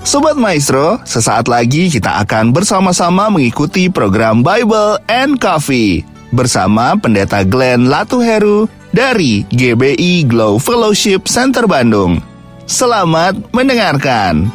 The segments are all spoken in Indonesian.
Sobat Maestro, sesaat lagi kita akan bersama-sama mengikuti program Bible and Coffee bersama Pendeta Glenn Latuheru dari GBI Glow Fellowship Center Bandung. Selamat mendengarkan.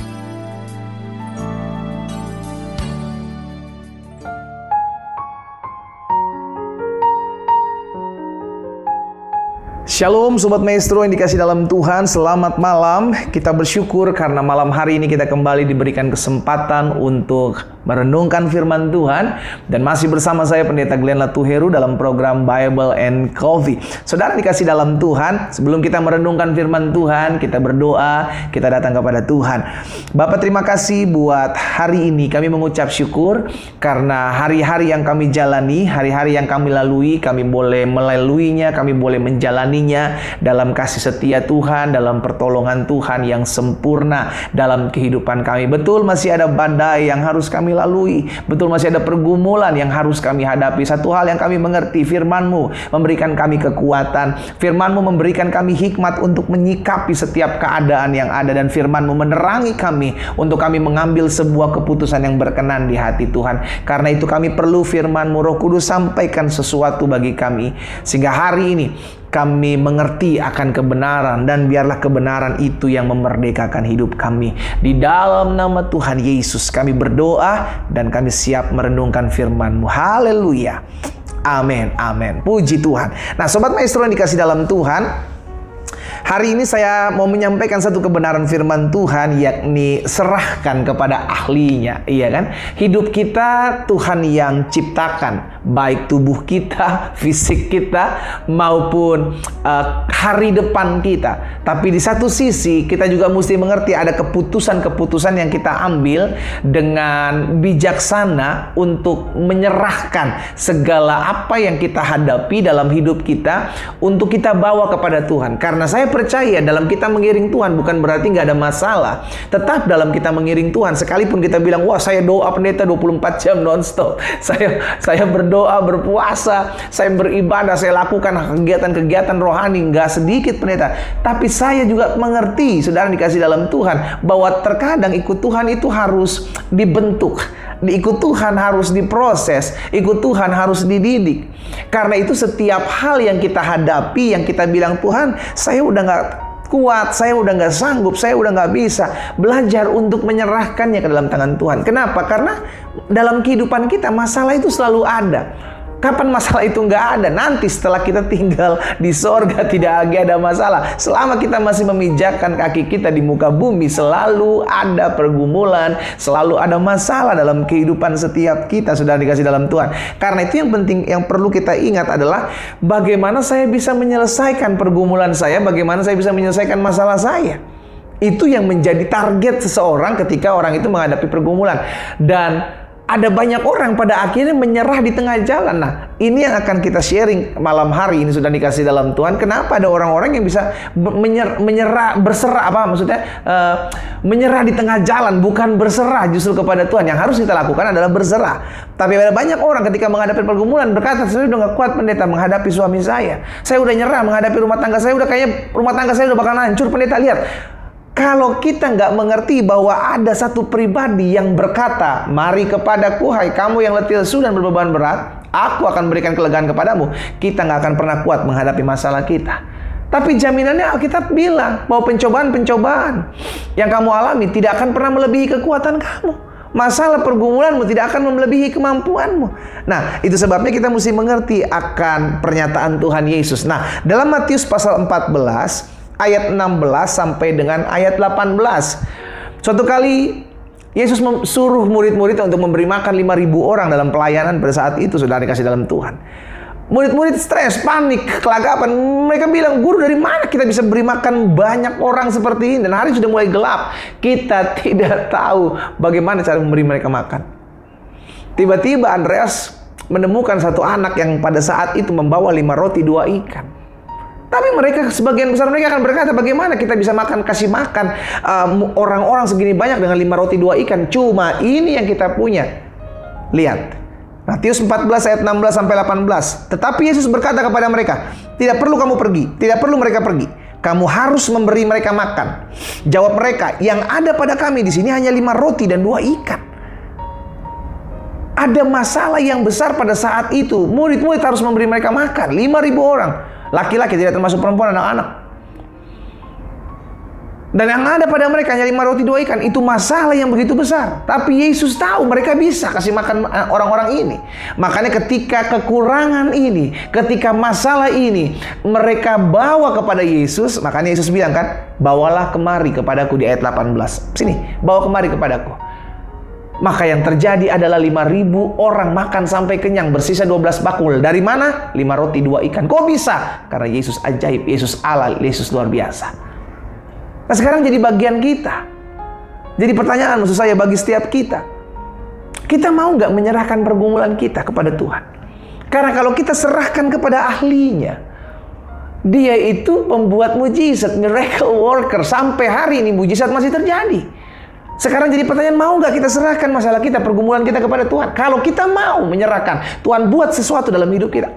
Shalom Sobat Maestro yang dikasih dalam Tuhan, selamat malam. Kita bersyukur karena malam hari ini kita kembali diberikan kesempatan untuk merenungkan firman Tuhan. Dan masih bersama saya Pendeta Glenn Latuheru dalam program Bible and Coffee. Saudara dikasih dalam Tuhan, sebelum kita merenungkan firman Tuhan, kita berdoa, kita datang kepada Tuhan. Bapak, terima kasih buat hari ini. Kami mengucap syukur karena hari-hari yang kami jalani, hari-hari yang kami lalui, kami boleh melaluinya, kami boleh menjalani dalam kasih setia Tuhan, dalam pertolongan Tuhan yang sempurna dalam kehidupan kami. Betul masih ada badai yang harus kami lalui, betul masih ada pergumulan yang harus kami hadapi. Satu hal yang kami mengerti, firman-Mu memberikan kami kekuatan, firman-Mu memberikan kami hikmat untuk menyikapi setiap keadaan yang ada, dan firman-Mu menerangi kami untuk kami mengambil sebuah keputusan yang berkenan di hati Tuhan. Karena itu kami perlu firman-Mu. Roh Kudus, sampaikan sesuatu bagi kami sehingga hari ini kami mengerti akan kebenaran, dan biarlah kebenaran itu yang memerdekakan hidup kami. Di dalam nama Tuhan Yesus kami berdoa dan kami siap merenungkan firman-Mu. Haleluya. Amin, amin. Puji Tuhan. Nah Sobat Maestro yang dikasih dalam Tuhan, hari ini saya mau menyampaikan satu kebenaran firman Tuhan, yakni serahkan kepada ahlinya. Iya kan? Hidup kita Tuhan yang ciptakan, baik tubuh kita, fisik kita, maupun hari depan kita. Tapi di satu sisi kita juga mesti mengerti ada keputusan-keputusan yang kita ambil dengan bijaksana untuk menyerahkan segala apa yang kita hadapi dalam hidup kita untuk kita bawa kepada Tuhan. Karena saya percaya dalam kita mengiring Tuhan bukan berarti nggak ada masalah. Tetap dalam kita mengiring Tuhan, sekalipun kita bilang, wah saya doa pendeta 24 jam nonstop, saya berdoa, berpuasa, saya beribadah, saya lakukan kegiatan-kegiatan rohani, nggak sedikit pendeta. Tapi saya juga mengerti, saudara dikasih dalam Tuhan, bahwa terkadang ikut Tuhan itu harus dibentuk, ikut Tuhan harus diproses, ikut Tuhan harus dididik. Karena itu setiap hal yang kita hadapi, yang kita bilang, Tuhan saya udah gak kuat, saya udah gak sanggup, saya udah gak bisa, belajar untuk menyerahkannya ke dalam tangan Tuhan. Kenapa? Karena dalam kehidupan kita masalah itu selalu ada. Kapan masalah itu nggak ada? Nanti setelah kita tinggal di sorga tidak lagi ada masalah. Selama kita masih memijakkan kaki kita di muka bumi, selalu ada pergumulan, selalu ada masalah dalam kehidupan setiap kita, sudah dikasih dalam Tuhan. Karena itu yang penting, yang perlu kita ingat adalah bagaimana saya bisa menyelesaikan pergumulan saya, bagaimana saya bisa menyelesaikan masalah saya. Itu yang menjadi target seseorang ketika orang itu menghadapi pergumulan. Dan ada banyak orang pada akhirnya menyerah di tengah jalan. Nah, ini yang akan kita sharing malam hari ini, sudah dikasih dalam Tuhan. Kenapa ada orang-orang yang bisa menyerah, berserah, menyerah di tengah jalan, bukan berserah justru kepada Tuhan. Yang harus kita lakukan adalah berserah. Tapi ada banyak orang ketika menghadapi pergumulan berkata, saya udah gak kuat pendeta menghadapi suami saya udah nyerah menghadapi rumah tangga saya, udah kayaknya rumah tangga saya udah bakal hancur. Pendeta, lihat, kalau kita nggak mengerti bahwa ada satu pribadi yang berkata, mari kepadaku hai kamu yang letih lesu dan berbeban berat, aku akan berikan kelegaan kepadamu, kita nggak akan pernah kuat menghadapi masalah kita. Tapi jaminannya Alkitab bilang bahwa pencobaan-pencobaan yang kamu alami tidak akan pernah melebihi kekuatan kamu. Masalah pergumulanmu tidak akan melebihi kemampuanmu. Nah, itu sebabnya kita mesti mengerti akan pernyataan Tuhan Yesus. Nah, dalam Matius pasal 14 ayat 16 sampai dengan ayat 18. Suatu kali Yesus suruh murid-murid untuk memberi makan 5.000 orang dalam pelayanan pada saat itu, saudara dikasih dalam Tuhan. Murid-murid stres, panik, kelagapan. Mereka bilang, guru, dari mana kita bisa beri makan banyak orang seperti ini? Dan hari sudah mulai gelap. Kita tidak tahu bagaimana cara memberi mereka makan. Tiba-tiba Andreas menemukan satu anak yang pada saat itu membawa 5 roti 2 ikan. Tapi mereka, sebagian besar mereka akan berkata, bagaimana kita bisa kasih makan orang-orang segini banyak dengan 5 roti 2 ikan. Cuma ini yang kita punya. Lihat, Matius 14 ayat 16 sampai 18. Tetapi Yesus berkata kepada mereka, tidak perlu kamu pergi, tidak perlu mereka pergi. kamu harus memberi mereka makan. Jawab mereka, yang ada pada kami di sini hanya 5 roti dan 2 ikan. Ada masalah yang besar pada saat itu. Murid-murid harus memberi mereka makan. 5.000 orang. Laki-laki, tidak termasuk perempuan, anak-anak. Dan yang ada pada mereka hanya 5 roti 2 ikan. Itu masalah yang begitu besar. Tapi Yesus tahu mereka bisa kasih makan orang-orang ini. Makanya ketika kekurangan ini, ketika masalah ini, mereka bawa kepada Yesus. Makanya Yesus bilang kan, bawalah kemari kepadaku di ayat 18. Sini, bawa kemari kepadaku. Maka yang terjadi adalah 5.000 orang makan sampai kenyang, bersisa 12 bakul. Dari mana? 5 roti 2 ikan. Kok bisa? Karena Yesus ajaib, Yesus Allah, Yesus luar biasa. Nah sekarang jadi bagian kita. Jadi pertanyaan maksud saya bagi setiap kita. Kita mau nggak menyerahkan pergumulan kita kepada Tuhan? Karena kalau kita serahkan kepada ahlinya, Dia itu pembuat mujizat, miracle worker. Sampai hari ini mujizat masih terjadi. Sekarang jadi pertanyaan, mau nggak kita serahkan masalah kita, pergumulan kita kepada Tuhan? Kalau kita mau menyerahkan, Tuhan buat sesuatu dalam hidup kita.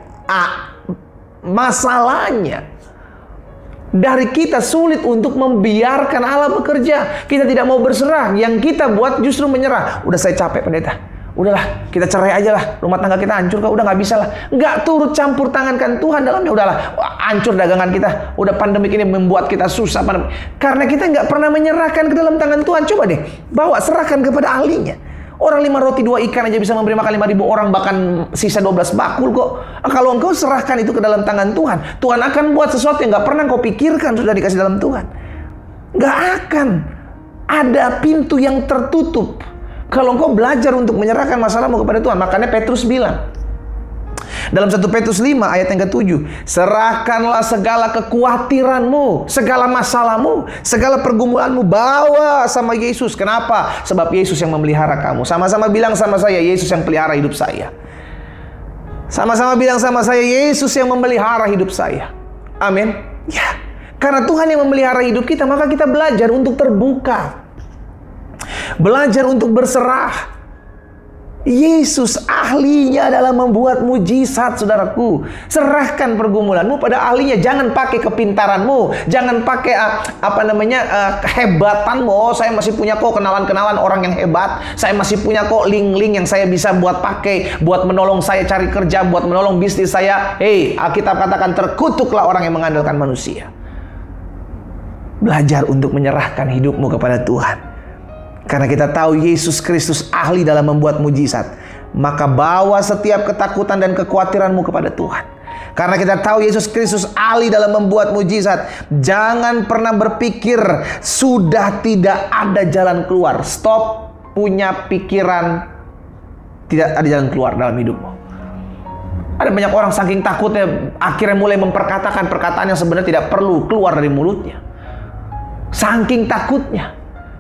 Masalahnya, dari kita sulit untuk membiarkan Allah bekerja. Kita tidak mau berserah. Yang kita buat justru menyerah. Udah saya capek pendeta. Udahlah, kita cerai aja lah. Rumah tangga kita hancur kok. Udah nggak bisa lah. Nggak turut campur tangankan Tuhan dalamnya. Udahlah, hancur dagangan kita. Udah pandemik ini membuat kita susah. Karena kita nggak pernah menyerahkan ke dalam tangan Tuhan. Coba deh, bawa serahkan kepada ahlinya. Orang 5 roti 2 ikan aja bisa memberi makan 5.000 orang, bahkan sisa 12 bakul kok. Kalau engkau serahkan itu ke dalam tangan Tuhan, Tuhan akan buat sesuatu yang nggak pernah kau pikirkan sudah dikasih dalam Tuhan. Nggak akan ada pintu yang tertutup kalau engkau belajar untuk menyerahkan masalahmu kepada Tuhan. Makanya Petrus bilang dalam 1 Petrus 5 ayat yang ke-7, serahkanlah segala kekhawatiranmu, segala masalahmu, segala pergumulanmu, bawa sama Yesus. Kenapa? Sebab Yesus yang memelihara kamu. Sama-sama bilang sama saya, Yesus yang pelihara hidup saya. Sama-sama bilang sama saya, Yesus yang memelihara hidup saya. Amin. Ya, karena Tuhan yang memelihara hidup kita, maka kita belajar untuk terbuka. Belajar untuk berserah. Yesus ahlinya adalah membuat mujizat, saudaraku. Serahkan pergumulanmu pada ahlinya. Jangan pakai kepintaranmu, jangan pakai kehebatanmu. Oh, saya masih punya kok kenalan-kenalan orang yang hebat. Saya masih punya kok link-link yang saya bisa buat pakai, buat menolong saya cari kerja, buat menolong bisnis saya. Hei, Alkitab katakan terkutuklah orang yang mengandalkan manusia. Belajar untuk menyerahkan hidupmu kepada Tuhan. Karena kita tahu Yesus Kristus ahli dalam membuat mujizat. Maka bawa setiap ketakutan dan kekhawatiranmu kepada Tuhan. Karena kita tahu Yesus Kristus ahli dalam membuat mujizat. Jangan pernah berpikir sudah tidak ada jalan keluar. Stop punya pikiran tidak ada jalan keluar dalam hidupmu. Ada banyak orang saking takutnya akhirnya mulai memperkatakan perkataan yang sebenarnya tidak perlu keluar dari mulutnya. Saking takutnya.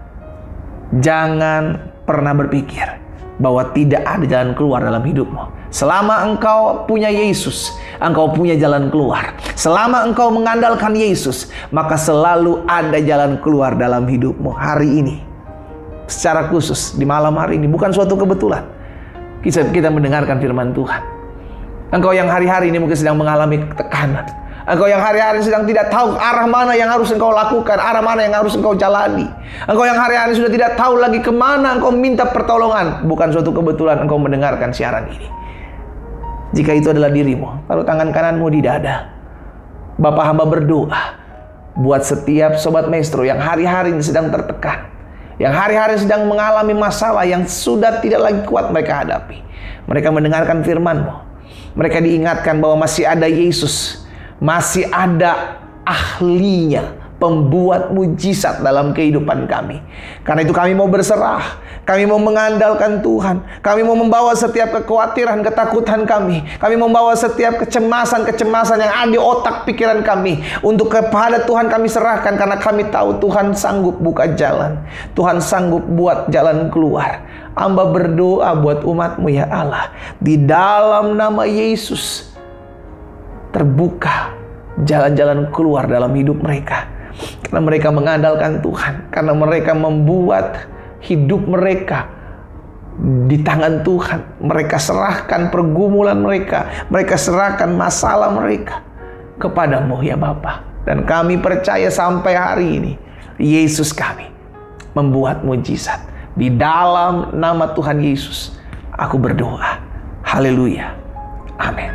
Jangan pernah berpikir bahwa tidak ada jalan keluar dalam hidupmu. Selama engkau punya Yesus, engkau punya jalan keluar. Selama engkau mengandalkan Yesus, maka selalu ada jalan keluar dalam hidupmu. Hari ini, secara khusus di malam hari ini, bukan suatu kebetulan kita mendengarkan firman Tuhan. Engkau yang hari-hari ini mungkin sedang mengalami tekanan. Engkau yang hari-hari sedang tidak tahu arah mana yang harus engkau lakukan, arah mana yang harus engkau jalani. Engkau yang hari-hari sudah tidak tahu lagi kemana engkau minta pertolongan. Bukan suatu kebetulan engkau mendengarkan siaran ini. Jika itu adalah dirimu, taruh tangan kananmu di dada. Bapa hamba berdoa buat setiap sobat maestro yang hari-hari ini sedang tertekan, yang hari-hari sedang mengalami masalah yang sudah tidak lagi kuat mereka hadapi. Mereka mendengarkan firman-Mu. Mereka diingatkan bahwa masih ada Yesus, masih ada ahlinya, pembuat mujizat dalam kehidupan kami. Karena itu kami mau berserah, kami mau mengandalkan Tuhan, kami mau membawa setiap kekhawatiran, ketakutan kami membawa setiap kecemasan yang ada di otak pikiran kami untuk kepada Tuhan kami serahkan. Karena kami tahu Tuhan sanggup buka jalan, Tuhan sanggup buat jalan keluar. Hamba berdoa buat umat-Mu ya Allah, di dalam nama Yesus terbuka jalan-jalan keluar dalam hidup mereka. Karena mereka mengandalkan Tuhan, karena mereka membuat hidup mereka di tangan Tuhan. Mereka serahkan pergumulan mereka, mereka serahkan masalah mereka kepadamu ya Bapa. Dan kami percaya sampai hari ini, Yesus kami membuat mujizat. Di dalam nama Tuhan Yesus, aku berdoa. Haleluya. Amin.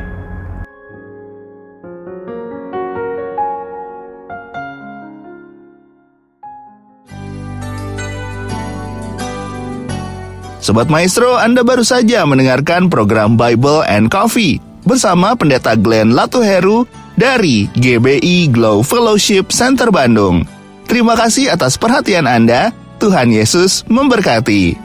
Sobat Maestro, Anda baru saja mendengarkan program Bible and Coffee bersama Pendeta Glenn Latuheru dari GBI Glow Fellowship Center Bandung. Terima kasih atas perhatian Anda. Tuhan Yesus memberkati.